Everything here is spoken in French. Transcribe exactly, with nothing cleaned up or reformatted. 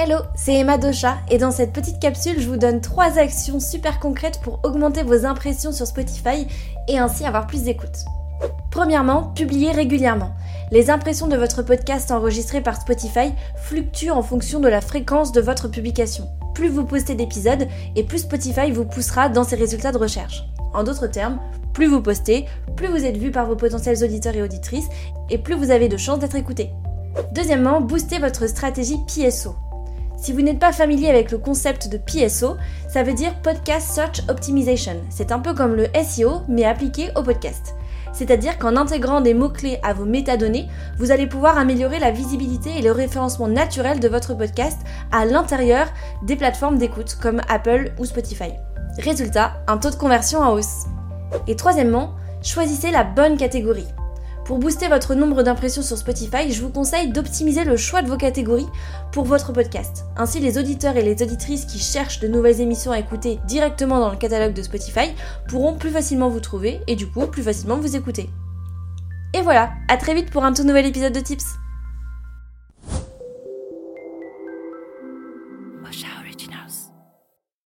Hello, c'est Emma Docha et dans cette petite capsule, je vous donne trois actions super concrètes pour augmenter vos impressions sur Spotify et ainsi avoir plus d'écoute. Premièrement, publiez régulièrement. Les impressions de votre podcast enregistré par Spotify fluctuent en fonction de la fréquence de votre publication. Plus vous postez d'épisodes et plus Spotify vous poussera dans ses résultats de recherche. En d'autres termes, plus vous postez, plus vous êtes vu par vos potentiels auditeurs et auditrices et plus vous avez de chances d'être écouté. Deuxièmement, boostez votre stratégie P S O. Si vous n'êtes pas familier avec le concept de P S O, ça veut dire Podcast Search Optimization. C'est un peu comme le S E O, mais appliqué au podcast. C'est-à-dire qu'en intégrant des mots-clés à vos métadonnées, vous allez pouvoir améliorer la visibilité et le référencement naturel de votre podcast à l'intérieur des plateformes d'écoute comme Apple ou Spotify. Résultat, un taux de conversion en hausse. Et troisièmement, choisissez la bonne catégorie. Pour booster votre nombre d'impressions sur Spotify, je vous conseille d'optimiser le choix de vos catégories pour votre podcast. Ainsi, les auditeurs et les auditrices qui cherchent de nouvelles émissions à écouter directement dans le catalogue de Spotify pourront plus facilement vous trouver et du coup plus facilement vous écouter. Et voilà, à très vite pour un tout nouvel épisode de Tips.